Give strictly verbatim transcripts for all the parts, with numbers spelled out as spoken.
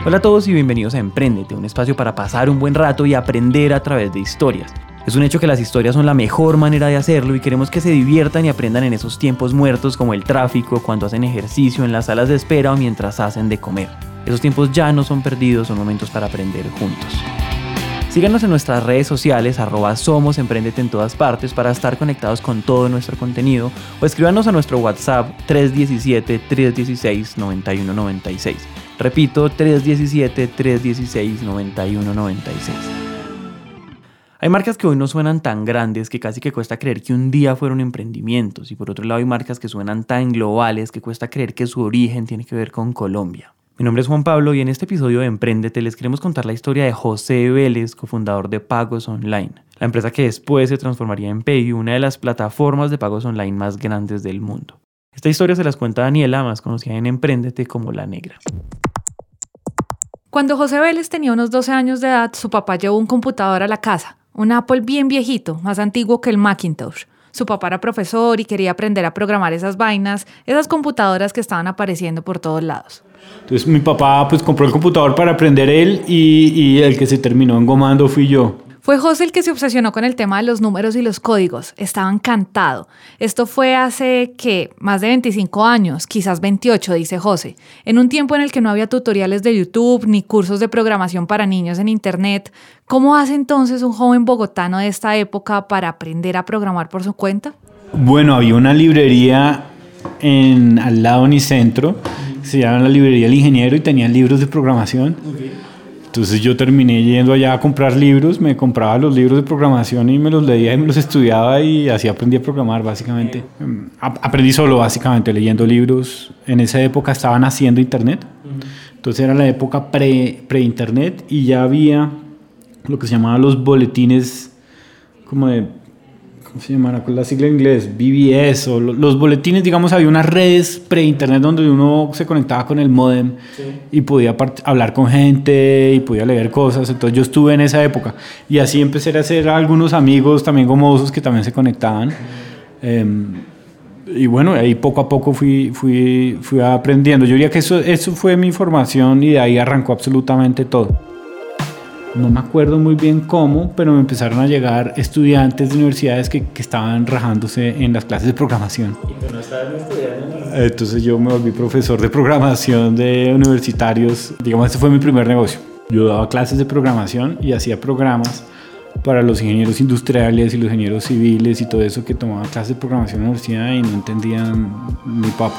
Hola a todos y bienvenidos a Emprendete, un espacio para pasar un buen rato y aprender a través de historias. Es un hecho que las historias son la mejor manera de hacerlo y queremos que se diviertan y aprendan en esos tiempos muertos como el tráfico, cuando hacen ejercicio en las salas de espera o mientras hacen de comer. Esos tiempos ya no son perdidos, son momentos para aprender juntos. Síganos en nuestras redes sociales, arroba Somos Emprendete en todas partes para estar conectados con todo nuestro contenido o escríbanos a nuestro WhatsApp tres uno siete, tres uno seis, nueve uno nueve seis. Repito, tres uno siete, tres uno seis, nueve uno nueve seis. Hay marcas que hoy no suenan tan grandes que casi que cuesta creer que un día fueron emprendimientos, y por otro lado hay marcas que suenan tan globales que cuesta creer que su origen tiene que ver con Colombia. Mi nombre es Juan Pablo y en este episodio de Emprendete les queremos contar la historia de José Vélez, cofundador de Pagos Online, la empresa que después se transformaría en PayU, una de las plataformas de pagos online más grandes del mundo. Esta historia se las cuenta Daniela, más conocida en Emprendete como La Negra. Cuando José Vélez tenía unos doce años de edad, su papá llevó un computador a la casa, un Apple bien viejito, más antiguo que el Macintosh. Su papá era profesor y quería aprender a programar esas vainas, esas computadoras que estaban apareciendo por todos lados. Entonces mi papá pues compró el computador para aprender él y, y el que se terminó engomando fui yo. Fue José el que se obsesionó con el tema de los números y los códigos. Estaba encantado. Esto fue hace, ¿qué? Más de veinticinco años, quizás veintiocho, dice José. En un tiempo en el que no había tutoriales de YouTube ni cursos de programación para niños en Internet. ¿Cómo hace entonces un joven bogotano de esta época para aprender a programar por su cuenta? Bueno, había una librería en, al lado de Unicentro, se llama la librería El Ingeniero, y tenían libros de programación. Okay. Entonces yo terminé yendo allá a comprar libros, me compraba los libros de programación y me los leía y me los estudiaba y así aprendí a programar básicamente. Okay. Aprendí solo básicamente leyendo libros. En esa época estaban haciendo internet, uh-huh. Entonces era la época pre, pre-internet y ya había lo que se llamaban los boletines como de... ¿Cómo se llama? Con la sigla en inglés, B B S, o los boletines, digamos, había unas redes pre-internet donde uno se conectaba con el módem, sí, y podía part- hablar con gente y podía leer cosas. Entonces yo estuve en esa época y así empecé a hacer algunos amigos también gomosos que también se conectaban. Mm. Eh, y bueno, ahí poco a poco fui, fui, fui aprendiendo. Yo diría que eso, eso fue mi formación y de ahí arrancó absolutamente todo. No me acuerdo muy bien cómo, pero me empezaron a llegar estudiantes de universidades que, que estaban rajándose en las clases de programación. ¿Y tú no estabas estudiando? Entonces yo me volví profesor de programación de universitarios. Digamos, este fue mi primer negocio. Yo daba clases de programación y hacía programas para los ingenieros industriales y los ingenieros civiles y todo eso que tomaban clases de programación en la universidad y no entendían ni papa.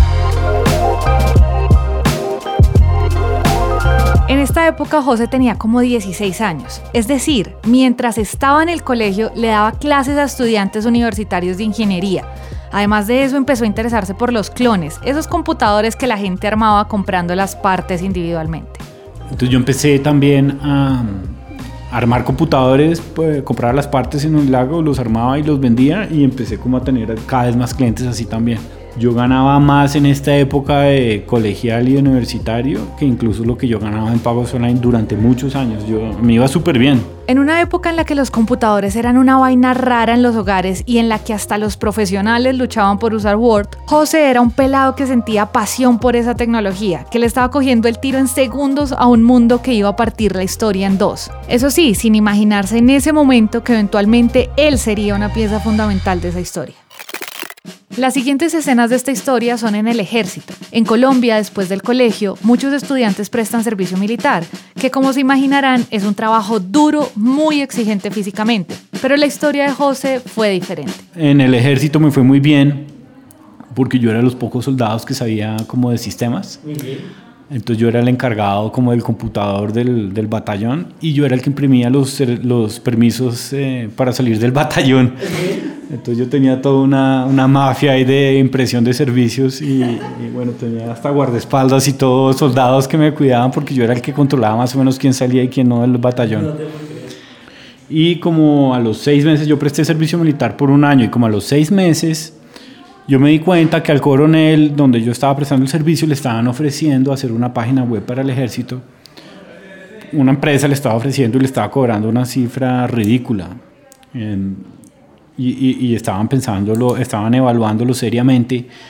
En esta época José tenía como dieciséis años, es decir, mientras estaba en el colegio le daba clases a estudiantes universitarios de ingeniería. Además de eso empezó a interesarse por los clones, esos computadores que la gente armaba comprando las partes individualmente. Entonces yo empecé también a armar computadores, pues, compraba las partes en un lago, los armaba y los vendía y empecé como a tener cada vez más clientes así también. Yo ganaba más en esta época de colegial y universitario que incluso lo que yo ganaba en pagos online durante muchos años. Yo me iba súper bien. En una época en la que los computadores eran una vaina rara en los hogares y en la que hasta los profesionales luchaban por usar Word, José era un pelado que sentía pasión por esa tecnología, que le estaba cogiendo el tiro en segundos a un mundo que iba a partir la historia en dos. Eso sí, sin imaginarse en ese momento que eventualmente él sería una pieza fundamental de esa historia. Las siguientes escenas de esta historia son en el ejército. En Colombia, después del colegio, muchos estudiantes prestan servicio militar, que como se imaginarán es un trabajo duro, muy exigente físicamente. Pero la historia de José fue diferente. En el ejército me fue muy bien, porque yo era de los pocos soldados que sabía como de sistemas. Muy bien. Entonces yo era el encargado como del computador del, del batallón y yo era el que imprimía los, los permisos eh, para salir del batallón. Entonces yo tenía toda una, una mafia ahí de impresión de servicios y, y bueno, tenía hasta guardaespaldas y todos soldados que me cuidaban porque yo era el que controlaba más o menos quién salía y quién no del batallón. Y como a los seis meses, yo presté servicio militar por un año y como a los seis meses yo me di cuenta que al coronel donde yo estaba prestando el servicio le estaban ofreciendo hacer una página web para el ejército. Una empresa le estaba ofreciendo y le estaba cobrando una cifra ridícula. En, y, y, y estaban pensándolo, estaban evaluándolo seriamente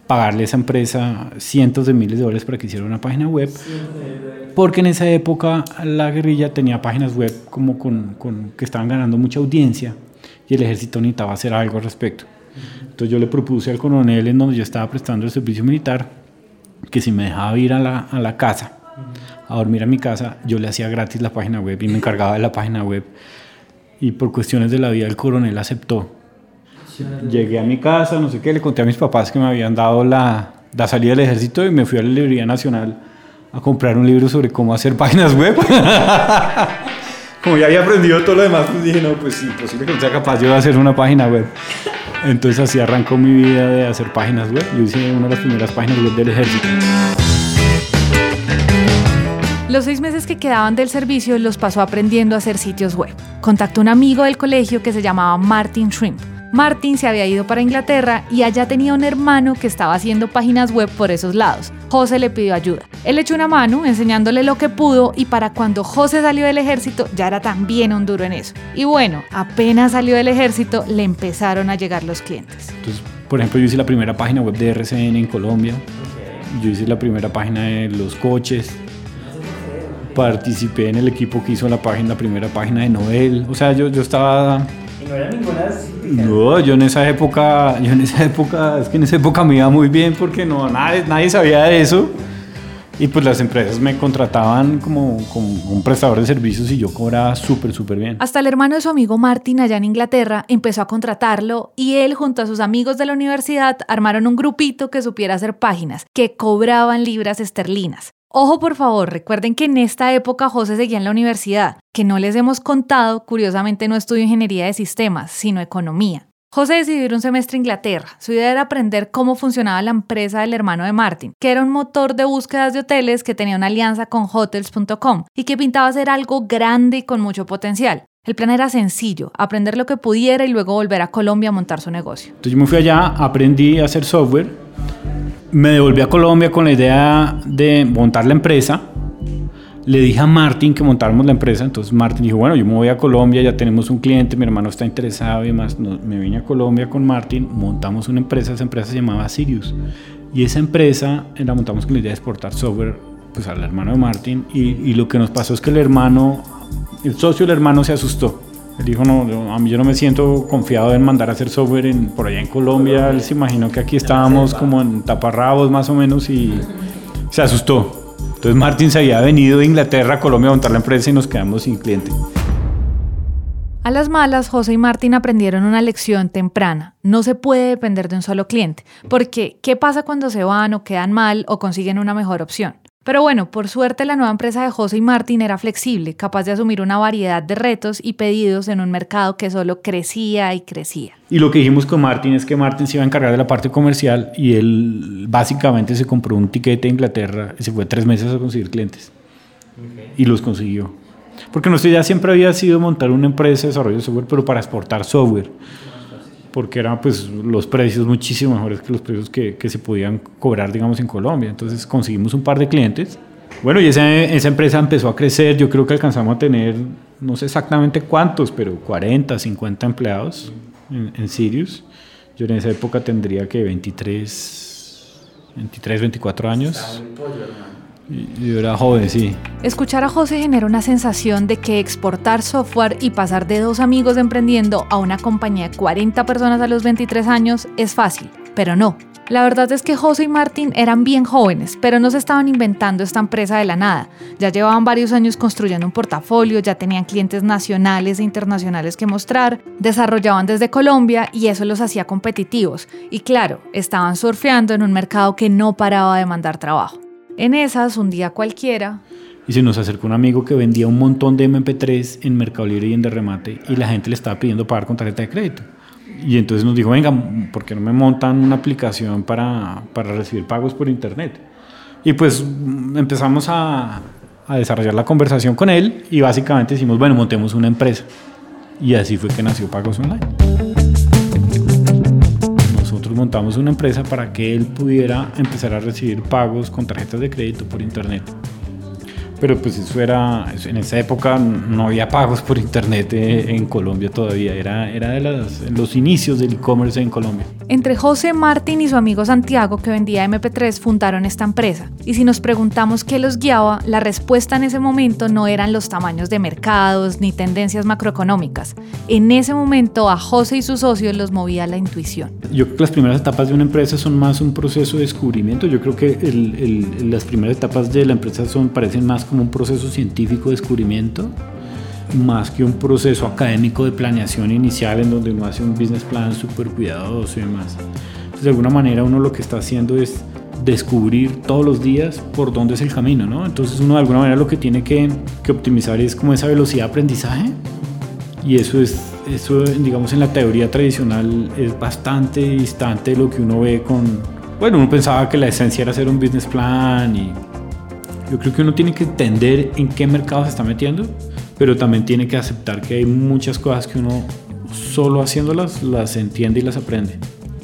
pagarle a esa empresa cientos de miles de dólares para que hiciera una página web, porque en esa época la guerrilla tenía páginas web como con, con, que estaban ganando mucha audiencia y el ejército necesitaba hacer algo al respecto. Entonces yo le propuse al coronel en donde yo estaba prestando el servicio militar que si me dejaba ir a la, a la casa, a dormir a mi casa, yo le hacía gratis la página web y me encargaba de la página web. Y por cuestiones de la vida el coronel aceptó. Llegué a mi casa, no sé qué, le conté a mis papás que me habían dado la, la salida del ejército y me fui a la Librería Nacional a comprar un libro sobre cómo hacer páginas web. Como ya había aprendido todo lo demás, pues dije, no, pues imposible que no sea capaz yo de hacer una página web. Entonces así arrancó mi vida de hacer páginas web. Yo hice una de las primeras páginas web del ejército. Los seis meses que quedaban del servicio los pasó aprendiendo a hacer sitios web. Contactó a un amigo del colegio que se llamaba Martin Shrimp. Martin se había ido para Inglaterra y allá tenía un hermano que estaba haciendo páginas web por esos lados. José le pidió ayuda. Él echó una mano enseñándole lo que pudo y para cuando José salió del ejército ya era también un duro en eso. Y bueno, apenas salió del ejército le empezaron a llegar los clientes. Entonces, por ejemplo, yo hice la primera página web de R C N en Colombia. Yo hice la primera página de los coches. Participé en el equipo que hizo la página, la primera página de Noel. O sea, yo, yo estaba... ¿Y no era ninguna? No, yo en esa época, yo en esa época, es que en esa época me iba muy bien porque no, nadie, nadie sabía de eso. Y pues las empresas me contrataban como, como un prestador de servicios y yo cobraba súper, súper bien. Hasta el hermano de su amigo Martin allá en Inglaterra empezó a contratarlo y él junto a sus amigos de la universidad armaron un grupito que supiera hacer páginas, que cobraban libras esterlinas. Ojo por favor, recuerden que en esta época José seguía en la universidad, que no les hemos contado, curiosamente no estudió ingeniería de sistemas, sino economía. José decidió ir un semestre a Inglaterra. Su idea era aprender cómo funcionaba la empresa del hermano de Martin, que era un motor de búsquedas de hoteles que tenía una alianza con hotels punto com y que pintaba ser algo grande y con mucho potencial. El plan era sencillo, aprender lo que pudiera y luego volver a Colombia a montar su negocio. Entonces yo me fui allá, aprendí a hacer software. Me devolví a Colombia con la idea de montar la empresa. Le dije a Martin que montáramos la empresa. Entonces Martin dijo, bueno, yo me voy a Colombia, ya tenemos un cliente, mi hermano está interesado y demás. No, me vine a Colombia con Martin, montamos una empresa, esa empresa se llamaba Sirius. Y esa empresa la montamos con la idea de exportar software pues, al hermano de Martin. Y, y lo que nos pasó es que el hermano, el socio del hermano se asustó. Él dijo, no, yo, a mí yo no me siento confiado en mandar a hacer software en, por allá en Colombia. Él se imaginó que aquí estábamos como en taparrabos más o menos y se asustó. Entonces Martin se había venido de Inglaterra a Colombia a montar la empresa y nos quedamos sin cliente. A las malas, José y Martin aprendieron una lección temprana. No se puede depender de un solo cliente, porque ¿qué pasa cuando se van o quedan mal o consiguen una mejor opción? Pero bueno, por suerte la nueva empresa de José y Martin era flexible, capaz de asumir una variedad de retos y pedidos en un mercado que solo crecía y crecía. Y lo que dijimos con Martin es que Martin se iba a encargar de la parte comercial y él básicamente se compró un tiquete a Inglaterra y se fue tres meses a conseguir clientes. Okay. Y los consiguió. Porque nuestra idea siempre había sido montar una empresa de desarrollo de software, pero para exportar software. Porque eran pues, los precios muchísimo mejores que los precios que, que se podían cobrar, digamos, en Colombia. Entonces conseguimos un par de clientes. Bueno, y esa, esa empresa empezó a crecer. Yo creo que alcanzamos a tener, no sé exactamente cuántos, pero cuarenta, cincuenta empleados en, en Sirius. Yo en esa época tendría que veintitrés, veinticuatro años. Yo era joven, sí. Escuchar a José genera una sensación de que exportar software y pasar de dos amigos emprendiendo a una compañía de cuarenta personas a los veintitrés años es fácil, pero no. La verdad es que José y Martin eran bien jóvenes, pero no se estaban inventando esta empresa de la nada. Ya llevaban varios años construyendo un portafolio, ya tenían clientes nacionales e internacionales que mostrar, desarrollaban desde Colombia y eso los hacía competitivos. Y claro, estaban surfeando en un mercado que no paraba de mandar trabajo. En esas, un día cualquiera... Y se nos acercó un amigo que vendía un montón de eme pe tres en Mercado Libre y en Derremate y la gente le estaba pidiendo pagar con tarjeta de crédito. Y entonces nos dijo, venga, ¿por qué no me montan una aplicación para, para recibir pagos por internet? Y pues empezamos a, a desarrollar la conversación con él y básicamente decimos, bueno, montemos una empresa. Y así fue que nació Pagos Online. Nosotros montamos una empresa para que él pudiera empezar a recibir pagos con tarjetas de crédito por internet. Pero pues eso era, en esa época no había pagos por internet en Colombia todavía, era, era de las, los inicios del e-commerce en Colombia. Entre José, Martín y su amigo Santiago, que vendía eme pe tres, fundaron esta empresa. Y si nos preguntamos qué los guiaba, la respuesta en ese momento no eran los tamaños de mercados ni tendencias macroeconómicas. En ese momento a José y sus socios los movía la intuición. Yo creo que las primeras etapas de una empresa son más un proceso de descubrimiento. Yo creo que el, el, las primeras etapas de la empresa son, parecen más como un proceso científico de descubrimiento, más que un proceso académico de planeación inicial en donde uno hace un business plan súper cuidadoso y demás. Entonces, de alguna manera uno lo que está haciendo es descubrir todos los días por dónde es el camino, ¿no? Entonces uno de alguna manera lo que tiene que, que optimizar es como esa velocidad de aprendizaje, y eso es, eso digamos en la teoría tradicional es bastante distante de lo que uno ve con, bueno, uno pensaba que la esencia era hacer un business plan, y yo creo que uno tiene que entender en qué mercado se está metiendo, pero también tiene que aceptar que hay muchas cosas que uno solo haciéndolas las entiende y las aprende.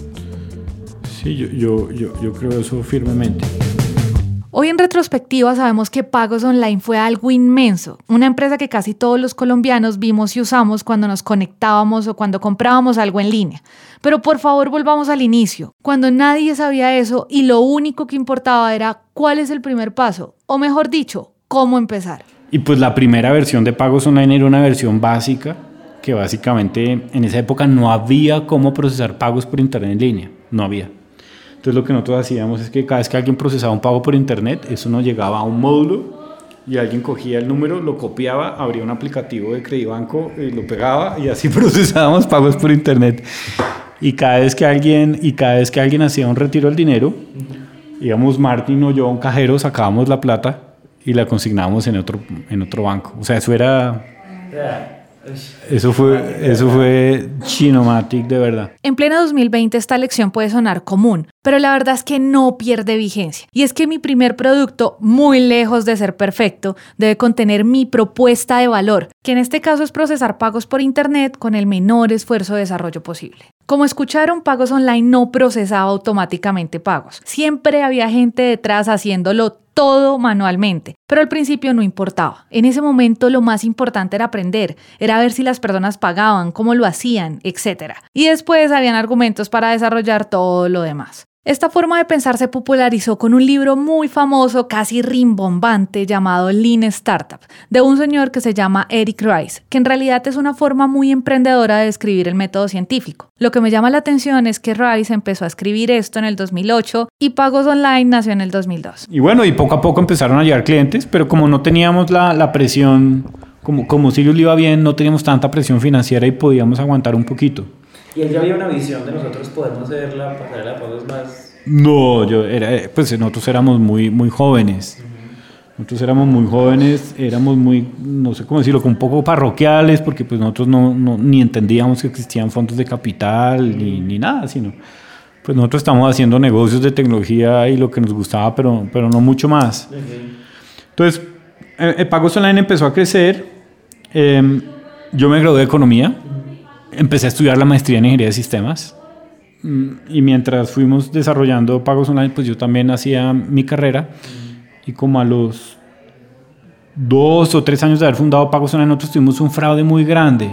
Sí, yo, yo, yo, yo creo eso firmemente. Hoy en retrospectiva sabemos que Pagos Online fue algo inmenso, una empresa que casi todos los colombianos vimos y usamos cuando nos conectábamos o cuando comprábamos algo en línea. Pero por favor volvamos al inicio, cuando nadie sabía eso y lo único que importaba era cuál es el primer paso, o mejor dicho, cómo empezar. Y pues la primera versión de Pagos Online era una versión básica, que básicamente en esa época no había cómo procesar pagos por internet en línea, no había. Entonces lo que nosotros hacíamos es que cada vez que alguien procesaba un pago por internet, eso nos llegaba a un módulo y alguien cogía el número, lo copiaba, abría un aplicativo de Credibanco, eh, lo pegaba y así procesábamos pagos por internet. Y cada vez que alguien, y cada vez que alguien hacía un retiro del dinero, íbamos Martín o yo a un cajero, sacábamos la plata y la consignábamos en otro, en otro banco. O sea, eso era... Eso fue, eso fue Chinomatic de verdad. En pleno dos mil veinte esta lección puede sonar común, pero la verdad es que no pierde vigencia. Y es que mi primer producto, muy lejos de ser perfecto, debe contener mi propuesta de valor, que en este caso es procesar pagos por internet con el menor esfuerzo de desarrollo posible. Como escucharon, Pagos Online no procesaba automáticamente pagos. Siempre había gente detrás haciéndolo todo manualmente, pero al principio no importaba. En ese momento lo más importante era aprender, era ver si las personas pagaban, cómo lo hacían, etcétera. Y después habían argumentos para desarrollar todo lo demás. Esta forma de pensar se popularizó con un libro muy famoso, casi rimbombante, llamado Lean Startup, de un señor que se llama Eric Rice, que en realidad es una forma muy emprendedora de describir el método científico. Lo que me llama la atención es que Rice empezó a escribir esto en el dos mil ocho y Pagos Online nació en el dos mil dos. Y bueno, y poco a poco empezaron a llegar clientes, pero como no teníamos la, la presión, como, como Sirius le iba bien, no teníamos tanta presión financiera y podíamos aguantar un poquito. ¿Y él ya había una visión de nosotros podemos hacer la pasarela de pagos más? No, yo era, pues nosotros éramos muy, muy jóvenes. Uh-huh. Nosotros éramos muy jóvenes, éramos muy, no sé cómo decirlo, un poco parroquiales, porque pues nosotros no, no ni entendíamos que existían fondos de capital ni, ni nada, sino pues nosotros estamos haciendo negocios de tecnología y lo que nos gustaba, pero, pero no mucho más. Uh-huh. Entonces, eh, Pagos Online empezó a crecer. Eh, yo me gradué de economía. Empecé a estudiar la maestría en ingeniería de sistemas y mientras fuimos desarrollando Pagos Online, pues yo también hacía mi carrera y como a los dos o tres años de haber fundado Pagos Online, nosotros tuvimos un fraude muy grande.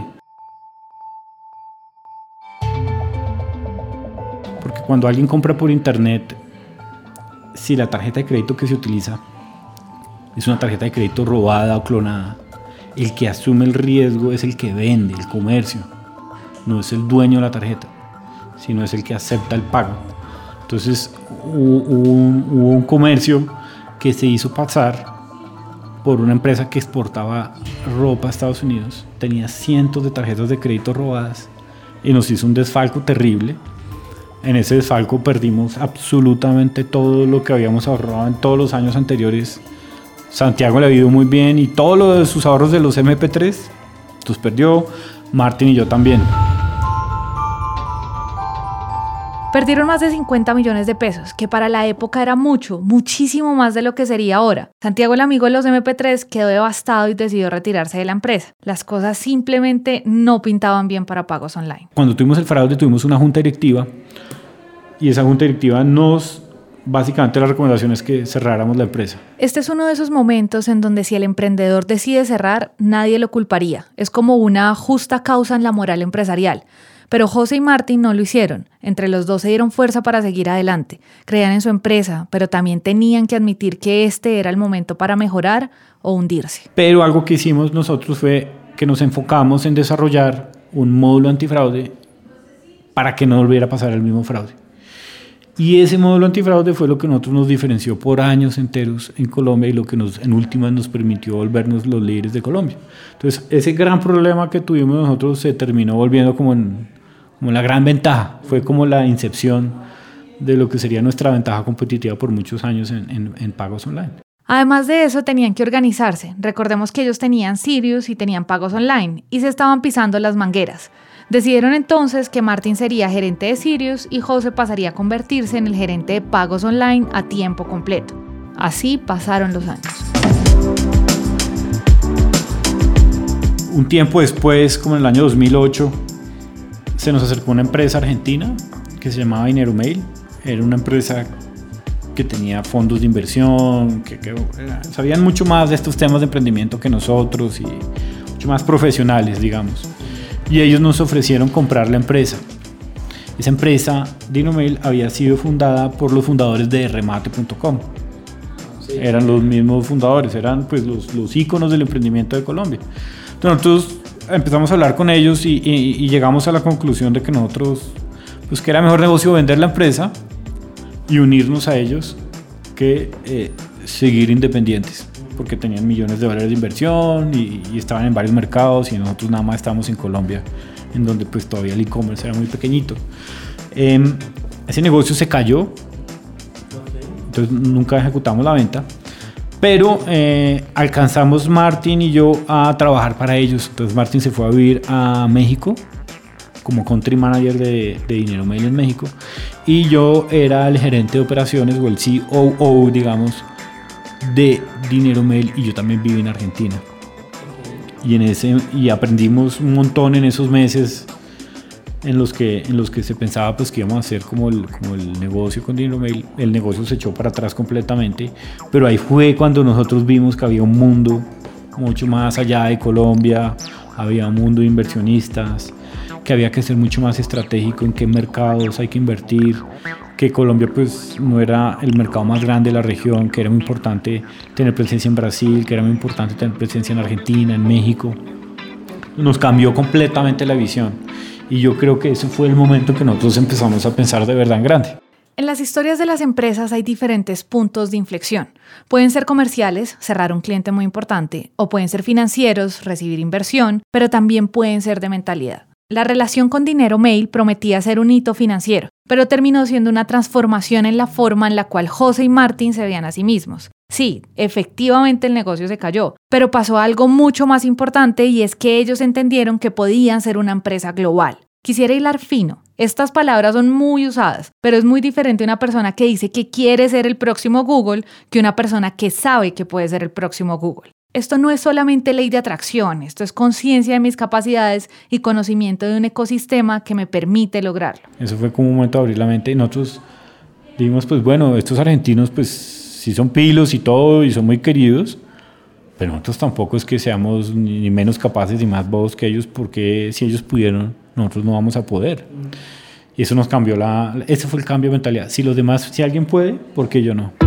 Porque cuando alguien compra por internet, si la tarjeta de crédito que se utiliza es una tarjeta de crédito robada o clonada, el que asume el riesgo es el que vende, el comercio. No es el dueño de la tarjeta, sino es el que acepta el pago. Entonces hubo un, hubo un comercio que se hizo pasar por una empresa que exportaba ropa a Estados Unidos, tenía cientos de tarjetas de crédito robadas y nos hizo un desfalco terrible. En ese desfalco perdimos absolutamente todo lo que habíamos ahorrado en todos los años anteriores. Santiago le ha ido muy bien y todos los, sus ahorros de los eme pe tres los perdió, Martín y yo también. Perdieron más de cincuenta millones de pesos, que para la época era mucho, muchísimo más de lo que sería ahora. Santiago, el amigo de los eme pe tres, quedó devastado y decidió retirarse de la empresa. Las cosas simplemente no pintaban bien para Pagos Online. Cuando tuvimos el fraude tuvimos una junta directiva y esa junta directiva nos básicamente la recomendación es que cerráramos la empresa. Este es uno de esos momentos en donde si el emprendedor decide cerrar, nadie lo culparía. Es como una justa causa en la moral empresarial. Pero José y Martin no lo hicieron. Entre los dos se dieron fuerza para seguir adelante. Creían en su empresa, pero también tenían que admitir que este era el momento para mejorar o hundirse. Pero algo que hicimos nosotros fue que nos enfocamos en desarrollar un módulo antifraude para que no volviera a pasar el mismo fraude. Y ese módulo antifraude fue lo que nosotros nos diferenció por años enteros en Colombia y lo que nos, en últimas nos permitió volvernos los líderes de Colombia. Entonces, ese gran problema que tuvimos nosotros se terminó volviendo como, en, como la gran ventaja. Fue como la incepción de lo que sería nuestra ventaja competitiva por muchos años en, en, en pagos online. Además de eso, tenían que organizarse. Recordemos que ellos tenían Sirius y tenían pagos online y se estaban pisando las mangueras. Decidieron entonces que Martin sería gerente de Sirius y José pasaría a convertirse en el gerente de pagos online a tiempo completo. Así pasaron los años. Un tiempo después, como en el año dos mil ocho, se nos acercó una empresa argentina que se llamaba Dineromail. Era una empresa que tenía fondos de inversión, que, que sabían mucho más de estos temas de emprendimiento que nosotros y mucho más profesionales, digamos. Y ellos nos ofrecieron comprar la empresa. Esa empresa, Dineromail, había sido fundada por los fundadores de remate punto com. Sí. Eran los mismos fundadores, eran pues los, los íconos del emprendimiento de Colombia. Entonces nosotros empezamos a hablar con ellos y, y, y llegamos a la conclusión de que nosotros, pues que era mejor negocio vender la empresa y unirnos a ellos que eh, seguir independientes, porque tenían millones de dólares de inversión y, y estaban en varios mercados y nosotros nada más estábamos en Colombia, en donde pues todavía el e-commerce era muy pequeñito. Eh, ese negocio se cayó, entonces nunca ejecutamos la venta, pero eh, alcanzamos Martin y yo a trabajar para ellos. Entonces Martin se fue a vivir a México como country manager de, de Dineromail en México y yo era el gerente de operaciones o el C O O, digamos, de Dineromail y yo también viví en Argentina. Y, en ese, y aprendimos un montón en esos meses en los que, en los que se pensaba pues, que íbamos a hacer como el, como el negocio con Dineromail. El negocio se echó para atrás completamente, pero ahí fue cuando nosotros vimos que había un mundo mucho más allá de Colombia, había un mundo de inversionistas, que había que ser mucho más estratégico en qué mercados hay que invertir, que Colombia pues no era el mercado más grande de la región, que era muy importante tener presencia en Brasil, que era muy importante tener presencia en Argentina, en México. Nos cambió completamente la visión y yo creo que ese fue el momento que nosotros empezamos a pensar de verdad en grande. En las historias de las empresas hay diferentes puntos de inflexión. Pueden ser comerciales, cerrar un cliente muy importante, o pueden ser financieros, recibir inversión, pero también pueden ser de mentalidad. La relación con Dineromail prometía ser un hito financiero, pero terminó siendo una transformación en la forma en la cual José y Martin se veían a sí mismos. Sí, efectivamente el negocio se cayó, pero pasó algo mucho más importante y es que ellos entendieron que podían ser una empresa global. Quisiera hilar fino. Estas palabras son muy usadas, pero es muy diferente una persona que dice que quiere ser el próximo Google que una persona que sabe que puede ser el próximo Google. Esto no es solamente ley de atracción, esto es conciencia de mis capacidades y conocimiento de un ecosistema que me permite lograrlo. Eso fue como un momento de abrir la mente y nosotros dijimos, pues bueno, estos argentinos pues sí son pilos y todo y son muy queridos, pero nosotros tampoco es que seamos ni menos capaces ni más bobos que ellos, porque si ellos pudieron, nosotros no vamos a poder. Y eso nos cambió la... Ese fue el cambio de mentalidad. Si los demás, si alguien puede, ¿por qué yo no?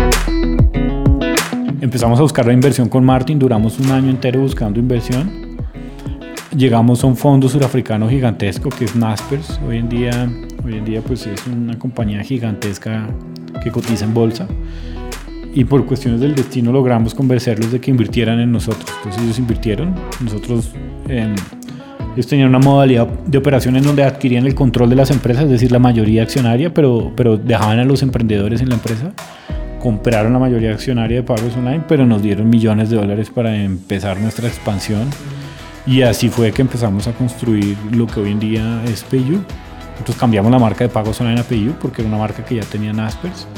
Empezamos a buscar la inversión con Martin, duramos un año entero buscando inversión. Llegamos a un fondo surafricano gigantesco que es Naspers. Hoy en día, hoy en día pues es una compañía gigantesca que cotiza en bolsa. Y por cuestiones del destino logramos convencerlos de que invirtieran en nosotros. Entonces ellos invirtieron. Nosotros, eh, ellos tenían una modalidad de operación en donde adquirían el control de las empresas, es decir, la mayoría accionaria, pero, pero dejaban a los emprendedores en la empresa. Compraron la mayoría accionaria de pagos online, pero nos dieron millones de dólares para empezar nuestra expansión. Y así fue que empezamos a construir lo que hoy en día es PayU. Nosotros cambiamos la marca de pagos online a PayU porque era una marca que ya tenía Naspers.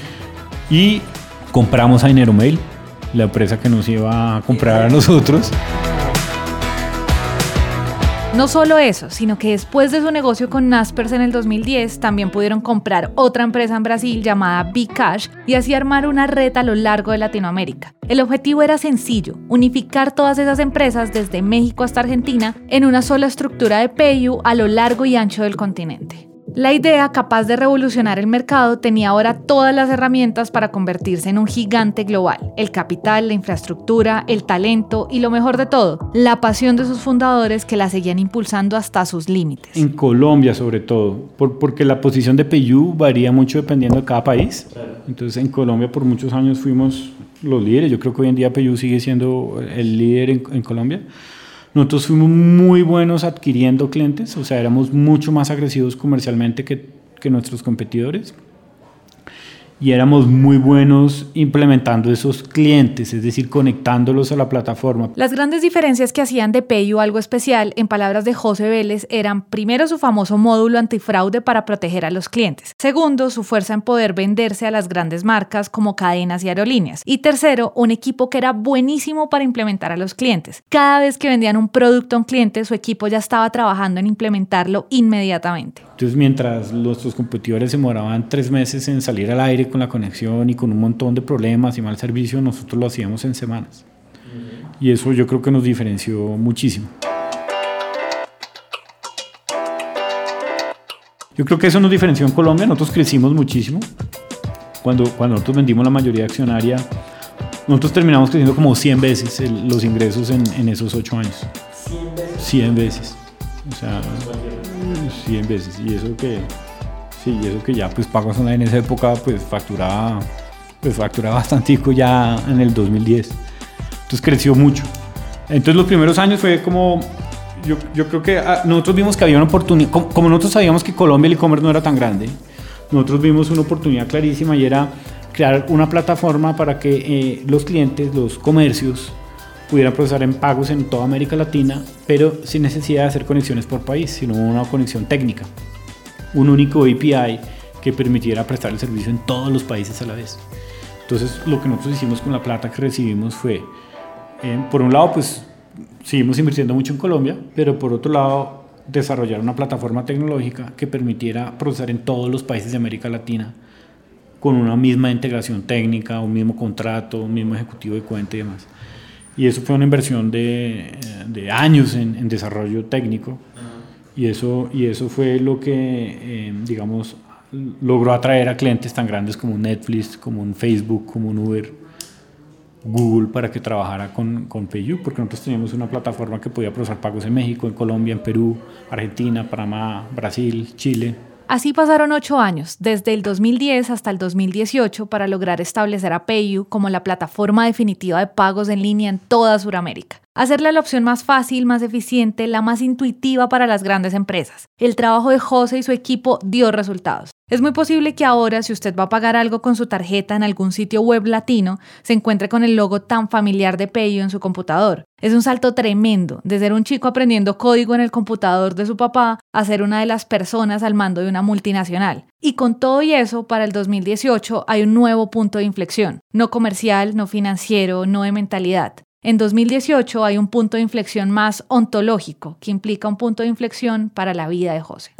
Y compramos a Dineromail, la empresa que nos iba a comprar a nosotros. No solo eso, sino que después de su negocio con Naspers en el dos mil diez, también pudieron comprar otra empresa en Brasil llamada Bcash y así armar una red a lo largo de Latinoamérica. El objetivo era sencillo, unificar todas esas empresas desde México hasta Argentina en una sola estructura de PayU a lo largo y ancho del continente. La idea, capaz de revolucionar el mercado, tenía ahora todas las herramientas para convertirse en un gigante global. El capital, la infraestructura, el talento y lo mejor de todo, la pasión de sus fundadores que la seguían impulsando hasta sus límites. En Colombia sobre todo, por, porque la posición de PayU varía mucho dependiendo de cada país. Entonces en Colombia por muchos años fuimos los líderes. Yo creo que hoy en día PayU sigue siendo el líder en, en Colombia. Nosotros fuimos muy buenos adquiriendo clientes, o sea, éramos mucho más agresivos comercialmente que, que nuestros competidores. Y éramos muy buenos implementando esos clientes, es decir, conectándolos a la plataforma. Las grandes diferencias que hacían de PayU algo especial, en palabras de José Vélez, eran primero su famoso módulo antifraude para proteger a los clientes. Segundo, su fuerza en poder venderse a las grandes marcas como cadenas y aerolíneas. Y tercero, un equipo que era buenísimo para implementar a los clientes. Cada vez que vendían un producto a un cliente, su equipo ya estaba trabajando en implementarlo inmediatamente. Entonces, mientras nuestros competidores se demoraban tres meses en salir al aire con la conexión y con un montón de problemas y mal servicio, nosotros lo hacíamos en semanas. Uh-huh. Y eso yo creo que nos diferenció muchísimo. Yo creo que eso nos diferenció en Colombia. Nosotros crecimos muchísimo. Cuando, cuando nosotros vendimos la mayoría accionaria, nosotros terminamos creciendo como cien veces el, los ingresos en, en esos ocho años. ¿cien veces? cien veces. O sea, cien veces. Y eso que... Sí, y eso que ya pues Pagos Online en esa época pues facturaba, pues facturaba bastantico ya en el dos mil diez. Entonces creció mucho. Entonces los primeros años fue como, yo, yo creo que ah, nosotros vimos que había una oportunidad, como, como nosotros sabíamos que Colombia el e-commerce no era tan grande, nosotros vimos una oportunidad clarísima y era crear una plataforma para que eh, los clientes, los comercios, pudieran procesar en pagos en toda América Latina, pero sin necesidad de hacer conexiones por país, sino una conexión técnica. Un único A P I que permitiera prestar el servicio en todos los países a la vez. Entonces, lo que nosotros hicimos con la plata que recibimos fue, eh, por un lado, pues seguimos invirtiendo mucho en Colombia, pero por otro lado, desarrollar una plataforma tecnológica que permitiera procesar en todos los países de América Latina con una misma integración técnica, un mismo contrato, un mismo ejecutivo de cuenta y demás. Y eso fue una inversión de, de años en, en desarrollo técnico. Y eso, y eso fue lo que, eh, digamos, logró atraer a clientes tan grandes como un Netflix, como un Facebook, como un Uber, Google, para que trabajara con, con PayU, porque nosotros teníamos una plataforma que podía procesar pagos en México, en Colombia, en Perú, Argentina, Panamá, Brasil, Chile. Así pasaron ocho años, desde el dos mil diez hasta el dos mil dieciocho, para lograr establecer a PayU como la plataforma definitiva de pagos en línea en toda Sudamérica. Hacerla la opción más fácil, más eficiente, la más intuitiva para las grandes empresas. El trabajo de José y su equipo dio resultados. Es muy posible que ahora, si usted va a pagar algo con su tarjeta en algún sitio web latino, se encuentre con el logo tan familiar de PayU en su computador. Es un salto tremendo, de ser un chico aprendiendo código en el computador de su papá a ser una de las personas al mando de una multinacional. Y con todo y eso, para el dos mil dieciocho hay un nuevo punto de inflexión. No comercial, no financiero, no de mentalidad. En dos mil dieciocho hay un punto de inflexión más ontológico, que implica un punto de inflexión para la vida de José.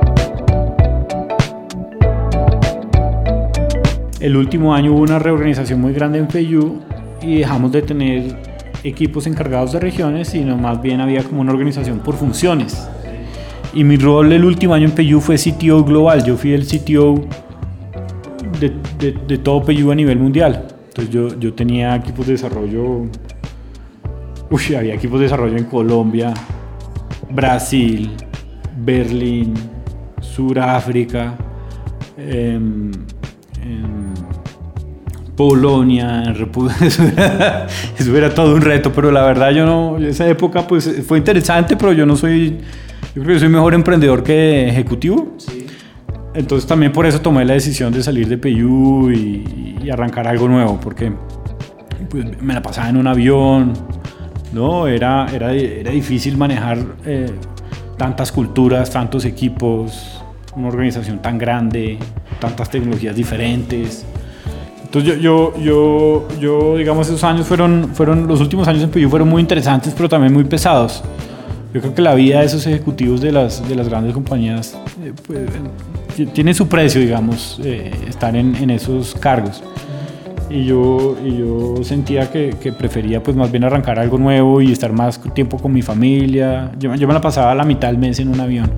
El último año hubo una reorganización muy grande en PayU y dejamos de tener equipos encargados de regiones, sino más bien había como una organización por funciones. Y mi rol el último año en PayU fue C T O global. Yo fui el C T O de, de, de todo PayU a nivel mundial. Entonces yo, yo tenía equipos de desarrollo, uy, había equipos de desarrollo en Colombia, Brasil, Berlín, Sudáfrica, eh, en Polonia, en República. Eso era, eso era todo un reto, pero la verdad yo no, esa época pues fue interesante, pero yo no soy, yo creo que soy mejor emprendedor que ejecutivo. Sí. Entonces también por eso tomé la decisión de salir de PayU y, y arrancar algo nuevo, porque pues, me la pasaba en un avión, ¿no? Era, era, era difícil manejar eh, tantas culturas, tantos equipos, una organización tan grande, tantas tecnologías diferentes. Entonces yo, yo, yo, yo digamos, esos años fueron, fueron, los últimos años en PayU fueron muy interesantes, pero también muy pesados, Yo creo que la vida de esos ejecutivos de las, de las grandes compañías eh, pues, tiene su precio, digamos, eh, estar en, en esos cargos. Y yo, y yo sentía que, que prefería pues más bien arrancar algo nuevo y estar más tiempo con mi familia. Yo, yo me la pasaba la mitad del mes en un avión.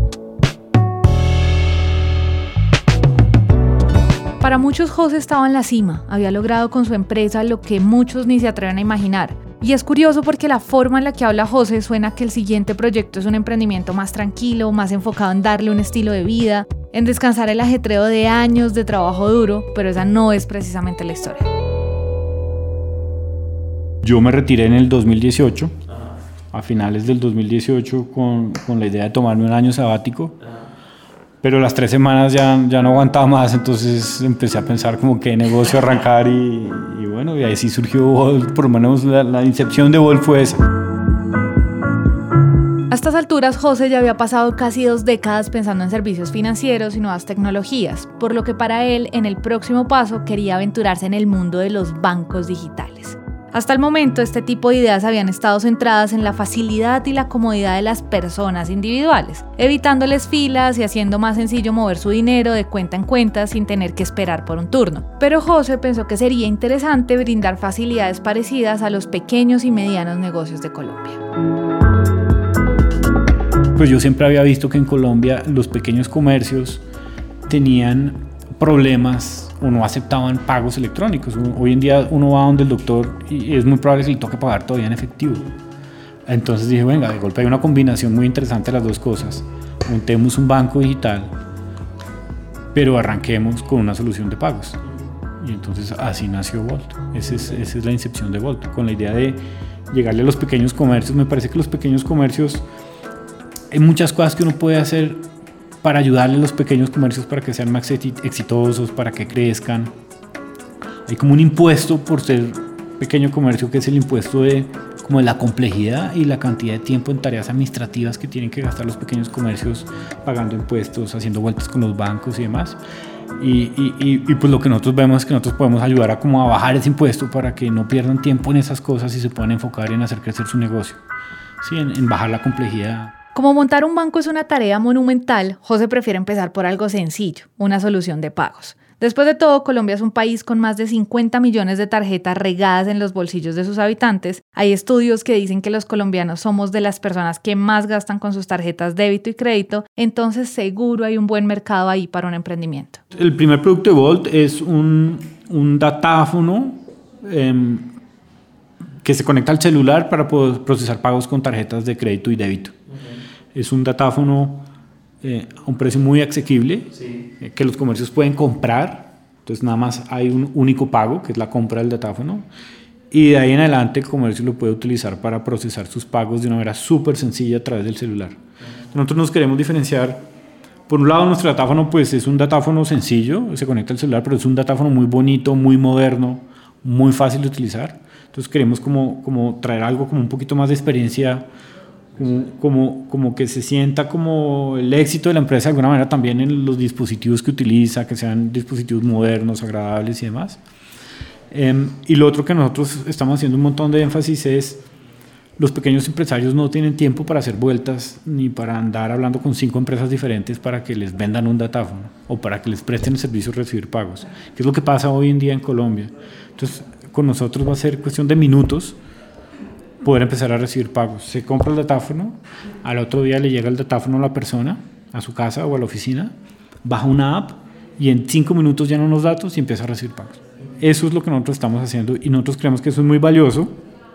Para muchos, José estaba en la cima. Había logrado con su empresa lo que muchos ni se atreven a imaginar. Y es curioso porque la forma en la que habla José suena que el siguiente proyecto es un emprendimiento más tranquilo, más enfocado en darle un estilo de vida, en descansar el ajetreo de años de trabajo duro, pero esa no es precisamente la historia. Yo me retiré en el dos mil dieciocho, a finales del dos mil dieciocho, con, con la idea de tomarme un año sabático, pero las tres semanas ya, ya no aguantaba más, entonces empecé a pensar como qué negocio arrancar y, y bueno, y ahí sí surgió Volt, por lo menos la, la incepción de Volt fue esa. A estas alturas, José ya había pasado casi dos décadas pensando en servicios financieros y nuevas tecnologías, por lo que para él, en el próximo paso, quería aventurarse en el mundo de los bancos digitales. Hasta el momento, este tipo de ideas habían estado centradas en la facilidad y la comodidad de las personas individuales, evitándoles filas y haciendo más sencillo mover su dinero de cuenta en cuenta sin tener que esperar por un turno. Pero José pensó que sería interesante brindar facilidades parecidas a los pequeños y medianos negocios de Colombia. Pues yo siempre había visto que en Colombia los pequeños comercios tenían problemas o no aceptaban pagos electrónicos. Hoy en día uno va donde el doctor y es muy probable que le toque pagar todavía en efectivo. Entonces dije, venga, de golpe hay una combinación muy interesante de las dos cosas. Montemos un banco digital, pero arranquemos con una solución de pagos. Y entonces así nació Volt. Esa es, esa es la incepción de Volt, con la idea de llegarle a los pequeños comercios. Me parece que los pequeños comercios, hay muchas cosas que uno puede hacer para ayudarle a los pequeños comercios para que sean más exitosos, para que crezcan. Hay como un impuesto por ser pequeño comercio, que es el impuesto de, como de la complejidad y la cantidad de tiempo en tareas administrativas que tienen que gastar los pequeños comercios pagando impuestos, haciendo vueltas con los bancos y demás. Y, y, y, y pues lo que nosotros vemos es que nosotros podemos ayudar a, como a bajar ese impuesto para que no pierdan tiempo en esas cosas y se puedan enfocar en hacer crecer su negocio, ¿sí? en, en bajar la complejidad. Como montar un banco es una tarea monumental, José prefiere empezar por algo sencillo, una solución de pagos. Después de todo, Colombia es un país con más de cincuenta millones de tarjetas regadas en los bolsillos de sus habitantes. Hay estudios que dicen que los colombianos somos de las personas que más gastan con sus tarjetas débito y crédito, entonces seguro hay un buen mercado ahí para un emprendimiento. El primer producto de Volt es un, un datáfono eh, que se conecta al celular para poder procesar pagos con tarjetas de crédito y débito. Okay. Es un datáfono eh, a un precio muy asequible, sí. eh, que los comercios pueden comprar, entonces nada más hay un único pago, que es la compra del datáfono, y de ahí en adelante el comercio lo puede utilizar para procesar sus pagos de una manera súper sencilla a través del celular. Okay. Nosotros nos queremos diferenciar, por un lado nuestro datáfono pues es un datáfono sencillo, se conecta al celular, pero es un datáfono muy bonito, muy moderno, muy fácil de utilizar. Entonces queremos como, como traer algo como un poquito más de experiencia, como, como, como que se sienta como el éxito de la empresa de alguna manera también en los dispositivos que utiliza, que sean dispositivos modernos, agradables y demás. Eh, y lo otro que nosotros estamos haciendo un montón de énfasis es los pequeños empresarios no tienen tiempo para hacer vueltas ni para andar hablando con cinco empresas diferentes para que les vendan un datáfono o para que les presten el servicio de recibir pagos, que es lo que pasa hoy en día en Colombia. Entonces, con nosotros va a ser cuestión de minutos poder empezar a recibir pagos. Se compra el datáfono, al otro día le llega el datáfono a la persona, a su casa o a la oficina, baja una app y en cinco minutos llena unos datos y empieza a recibir pagos. Eso es lo que nosotros estamos haciendo y nosotros creemos que eso es muy valioso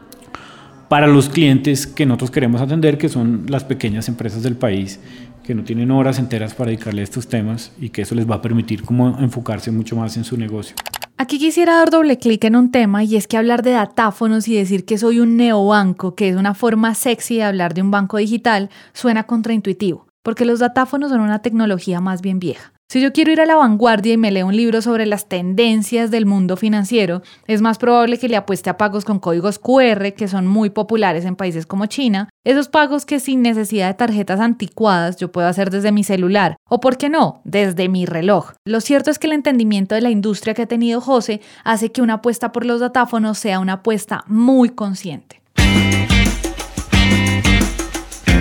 para los clientes que nosotros queremos atender, que son las pequeñas empresas del país, que no tienen horas enteras para dedicarle a estos temas y que eso les va a permitir como enfocarse mucho más en su negocio. Aquí quisiera dar doble clic en un tema y es que hablar de datáfonos y decir que soy un neobanco, que es una forma sexy de hablar de un banco digital, suena contraintuitivo, porque los datáfonos son una tecnología más bien vieja. Si yo quiero ir a la vanguardia y me leo un libro sobre las tendencias del mundo financiero, es más probable que le apueste a pagos con códigos cu erre, que son muy populares en países como China, esos pagos que sin necesidad de tarjetas anticuadas yo puedo hacer desde mi celular, o por qué no, desde mi reloj. Lo cierto es que el entendimiento de la industria que ha tenido José hace que una apuesta por los datáfonos sea una apuesta muy consciente.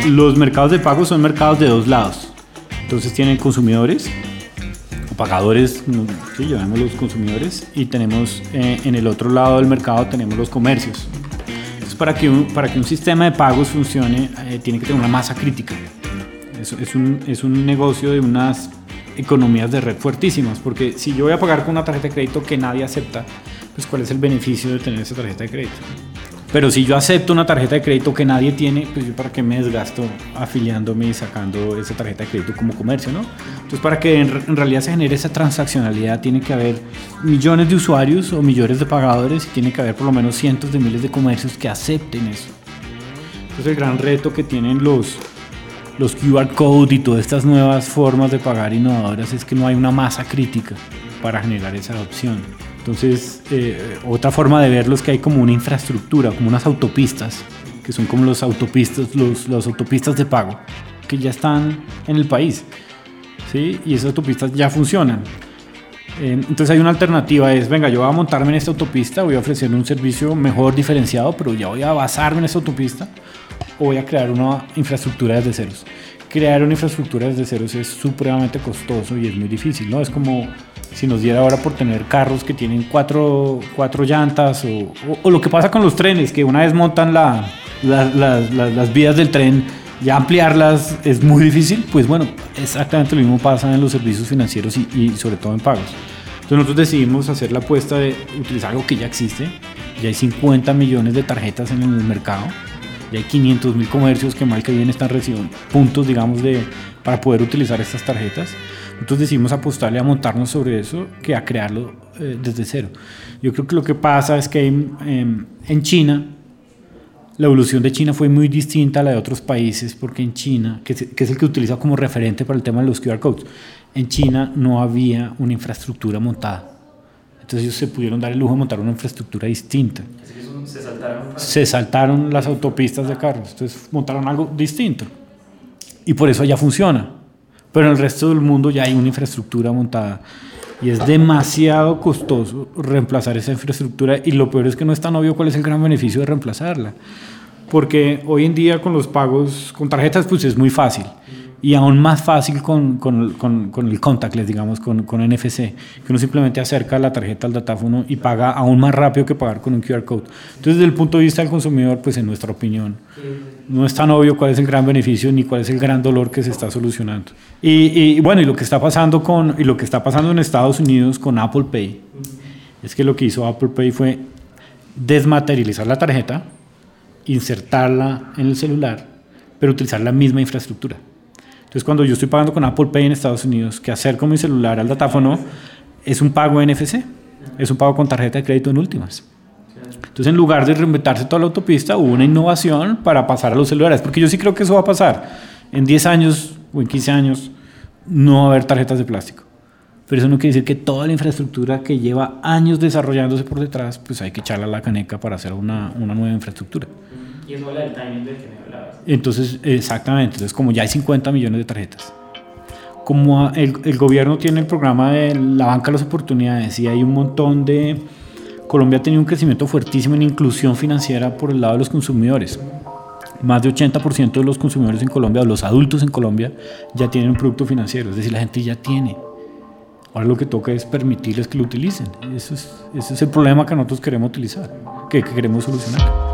los mercados de pago son mercados de dos lados. Entonces tienen consumidores o pagadores, sí, llamémoslos consumidores, y tenemos eh, en el otro lado del mercado tenemos los comercios. Entonces para que un, para que un sistema de pagos funcione eh, tiene que tener una masa crítica. Es, es, un, es un negocio de unas economías de red fuertísimas, porque si yo voy a pagar con una tarjeta de crédito que nadie acepta, pues ¿cuál es el beneficio de tener esa tarjeta de crédito? Pero si yo acepto una tarjeta de crédito que nadie tiene, pues yo para qué me desgasto afiliándome y sacando esa tarjeta de crédito como comercio, ¿no? Entonces para que en, en realidad se genere esa transaccionalidad tiene que haber millones de usuarios o millones de pagadores y tiene que haber por lo menos cientos de miles de comercios que acepten eso. Entonces el gran reto que tienen los, los Q R Code y todas estas nuevas formas de pagar innovadoras es que no hay una masa crítica para generar esa adopción. Entonces, eh, otra forma de verlo es que hay como una infraestructura, como unas autopistas, que son como los autopistas, los, los autopistas de pago, que ya están en el país, ¿sí? Y esas autopistas ya funcionan. Eh, entonces hay una alternativa, es, venga, yo voy a montarme en esta autopista, voy a ofrecer un servicio mejor diferenciado, pero ya voy a basarme en esta autopista, o voy a crear una infraestructura desde ceros. Crear una infraestructura desde ceros es supremamente costoso y es muy difícil, ¿no? Es como si nos diera ahora por tener carros que tienen cuatro, cuatro llantas o, o, o lo que pasa con los trenes, que una vez montan la, la, la, la, las vías del tren, ya ampliarlas es muy difícil. Pues bueno, exactamente lo mismo pasa en los servicios financieros y, y sobre todo en pagos. Entonces nosotros decidimos hacer la apuesta de utilizar algo que ya existe. Ya hay cincuenta millones de tarjetas en el mercado. Ya hay quinientos mil comercios que mal que bien están recibiendo puntos, digamos, de, para poder utilizar estas tarjetas. Nosotros decidimos apostarle a montarnos sobre eso que a crearlo eh, desde cero. Yo creo que lo que pasa es que en, en, en China, la evolución de China fue muy distinta a la de otros países, porque en China, que es, que es el que utiliza como referente para el tema de los Q R Codes, en China no había una infraestructura montada. Entonces ellos se pudieron dar el lujo de montar una infraestructura distinta. Se saltaron, se saltaron las autopistas de carros, entonces montaron algo distinto. Y por eso ya funciona. Pero en el resto del mundo ya hay una infraestructura montada y es demasiado costoso reemplazar esa infraestructura, y lo peor es que no es tan obvio cuál es el gran beneficio de reemplazarla, porque hoy en día con los pagos con tarjetas pues es muy fácil, y aún más fácil con, con, con, con el contactless, digamos, con, con N F C, que uno simplemente acerca la tarjeta al datáfono y paga aún más rápido que pagar con un Q R Code. Entonces, desde el punto de vista del consumidor, pues en nuestra opinión, no es tan obvio cuál es el gran beneficio ni cuál es el gran dolor que se está solucionando. Y, y bueno, y lo que está pasando con, y lo que está pasando en Estados Unidos con Apple Pay, es que lo que hizo Apple Pay fue desmaterializar la tarjeta, insertarla en el celular, pero utilizar la misma infraestructura. Entonces, cuando yo estoy pagando con Apple Pay en Estados Unidos, que acerco mi celular al datáfono, es un pago N F C, es un pago con tarjeta de crédito en últimas. Entonces, en lugar de reinventarse toda la autopista, hubo una innovación para pasar a los celulares, porque yo sí creo que eso va a pasar. En diez años o en quince años no va a haber tarjetas de plástico. Pero eso no quiere decir que toda la infraestructura que lleva años desarrollándose por detrás, pues hay que echarla a la caneca para hacer una, una nueva infraestructura. Y eso habla del timing del que me hablabas. Entonces, exactamente, entonces como ya hay cincuenta millones de tarjetas, como el, el gobierno tiene el programa de la banca de las oportunidades y hay un montón de... Colombia ha tenido un crecimiento fuertísimo en inclusión financiera por el lado de los consumidores. Más de ochenta por ciento de los consumidores en Colombia, o los adultos en Colombia, ya tienen un producto financiero, es decir, la gente ya tiene. Ahora lo que toca es permitirles que lo utilicen. Eso es, ese es el problema que nosotros queremos utilizar, que, que queremos solucionar.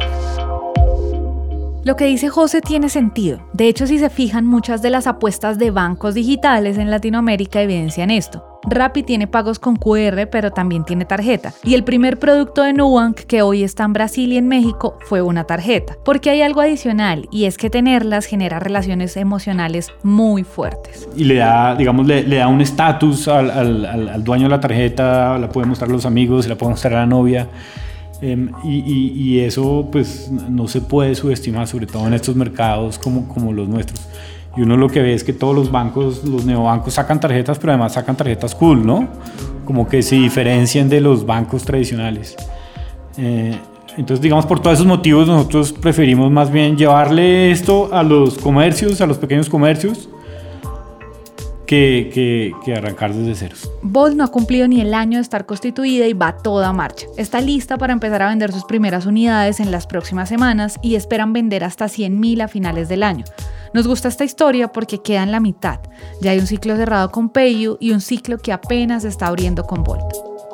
Lo que dice José tiene sentido. De hecho, si se fijan, muchas de las apuestas de bancos digitales en Latinoamérica evidencian esto. Rappi tiene pagos con Q R, pero también tiene tarjeta. Y el primer producto de Nubank, que hoy está en Brasil y en México, fue una tarjeta. Porque hay algo adicional, y es que tenerlas genera relaciones emocionales muy fuertes. Y le da, digamos, le, le da un estatus al, al, al, al dueño de la tarjeta, la puede mostrar a los amigos, se la puede mostrar a la novia. Um, y, y, y eso pues no se puede subestimar, sobre todo en estos mercados como, como los nuestros. Y uno lo que ve es que todos los bancos, los neobancos sacan tarjetas, pero además sacan tarjetas cool, ¿no? Como que se diferencian de los bancos tradicionales. Eh, entonces, digamos, por todos esos motivos nosotros preferimos más bien llevarle esto a los comercios, a los pequeños comercios, que, que, que arrancar desde ceros. Bolt no ha cumplido ni el año de estar constituida y va a toda marcha. Está lista para empezar a vender sus primeras unidades en las próximas semanas y esperan vender hasta cien mil a finales del año. Nos gusta esta historia porque queda en la mitad. Ya hay un ciclo cerrado con PayU y un ciclo que apenas se está abriendo con Bolt.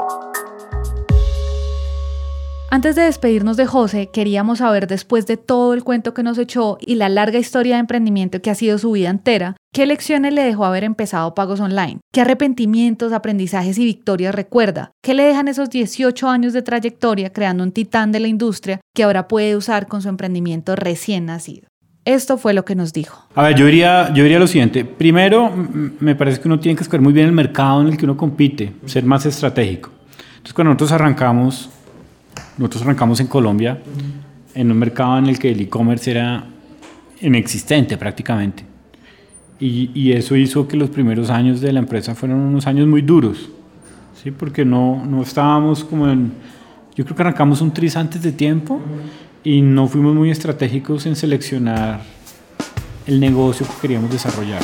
Antes de despedirnos de José, queríamos saber, después de todo el cuento que nos echó y la larga historia de emprendimiento que ha sido su vida entera, ¿qué lecciones le dejó haber empezado pagos online? ¿Qué arrepentimientos, aprendizajes y victorias recuerda? ¿Qué le dejan esos dieciocho años de trayectoria creando un titán de la industria que ahora puede usar con su emprendimiento recién nacido? Esto fue lo que nos dijo. A ver, yo diría, yo diría lo siguiente. Primero, m- me parece que uno tiene que escoger muy bien el mercado en el que uno compite, ser más estratégico. Entonces, cuando nosotros arrancamos, nosotros arrancamos en Colombia, en un mercado en el que el e-commerce era inexistente prácticamente. Y, y eso hizo que los primeros años de la empresa fueron unos años muy duros, ¿sí? Porque no, no estábamos como en... Yo creo que arrancamos un tris antes de tiempo y no fuimos muy estratégicos en seleccionar el negocio que queríamos desarrollar.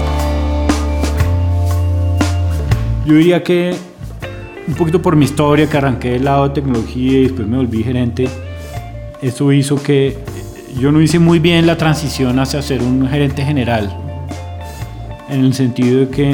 Yo diría que un poquito por mi historia, que arranqué del lado de tecnología y después me volví gerente, eso hizo que yo no hice muy bien la transición hacia ser un gerente general, en el sentido de que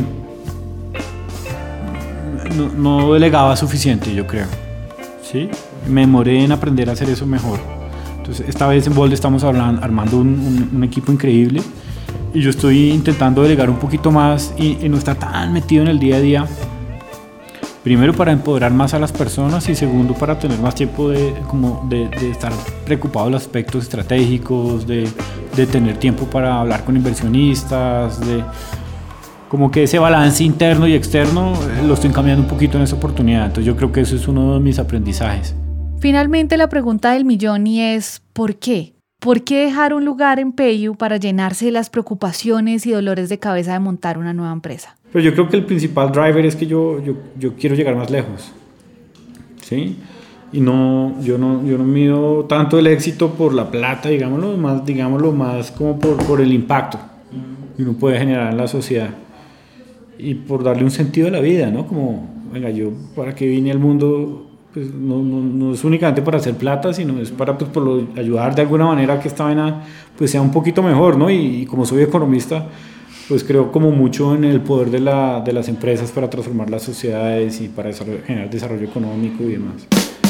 no, no delegaba suficiente, yo creo, ¿sí? Me demoré en aprender a hacer eso mejor. Entonces, esta vez en Bolt estamos hablando, armando un, un, un equipo increíble y yo estoy intentando delegar un poquito más y, y no estar tan metido en el día a día. Primero, para empoderar más a las personas y segundo, para tener más tiempo de, como de, de estar preocupado de los aspectos estratégicos, de, de tener tiempo para hablar con inversionistas, de como que ese balance interno y externo lo estoy cambiando un poquito en esa oportunidad. Entonces yo creo que eso es uno de mis aprendizajes. Finalmente, la pregunta del millón y es ¿por qué? ¿Por qué dejar un lugar en PayU para llenarse de las preocupaciones y dolores de cabeza de montar una nueva empresa? Pero yo creo que el principal driver es que yo, yo, yo quiero llegar más lejos, ¿sí? Y no, yo no, yo no mido tanto el éxito por la plata, digámoslo más, digámoslo más como por, por el impacto que uno puede generar en la sociedad y por darle un sentido a la vida, ¿no? Como, venga, yo para qué vine al mundo, pues no, no, no es únicamente para hacer plata, sino es para pues, por lo, ayudar de alguna manera a que esta vaina pues, sea un poquito mejor, ¿no? Y, y como soy economista, pues creo como mucho en el poder de, la, de las empresas para transformar las sociedades y para desarrollo, generar desarrollo económico y demás.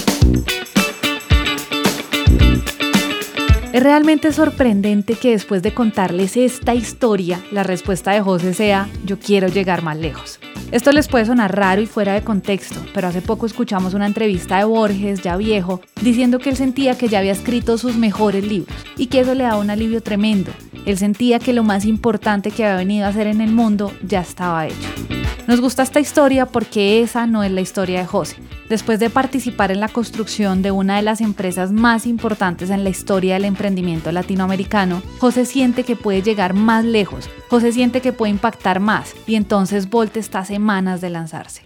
Es realmente sorprendente que después de contarles esta historia, la respuesta de José sea «yo quiero llegar más lejos». Esto les puede sonar raro y fuera de contexto, pero hace poco escuchamos una entrevista de Borges, ya viejo, diciendo que él sentía que ya había escrito sus mejores libros y que eso le daba un alivio tremendo. Él sentía que lo más importante que había venido a hacer en el mundo ya estaba hecho. Nos gusta esta historia porque esa no es la historia de José. Después de participar en la construcción de una de las empresas más importantes en la historia del emprendimiento latinoamericano, José siente que puede llegar más lejos, José siente que puede impactar más y entonces Bolt está a semanas de lanzarse.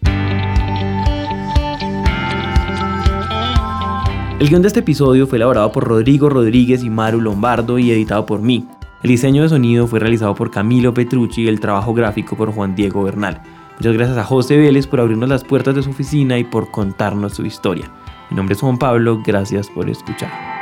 El guión de este episodio fue elaborado por Rodrigo Rodríguez y Maru Lombardo y editado por mí. El diseño de sonido fue realizado por Camilo Petrucci y el trabajo gráfico por Juan Diego Bernal. Muchas gracias a José Vélez por abrirnos las puertas de su oficina y por contarnos su historia. Mi nombre es Juan Pablo, gracias por escuchar.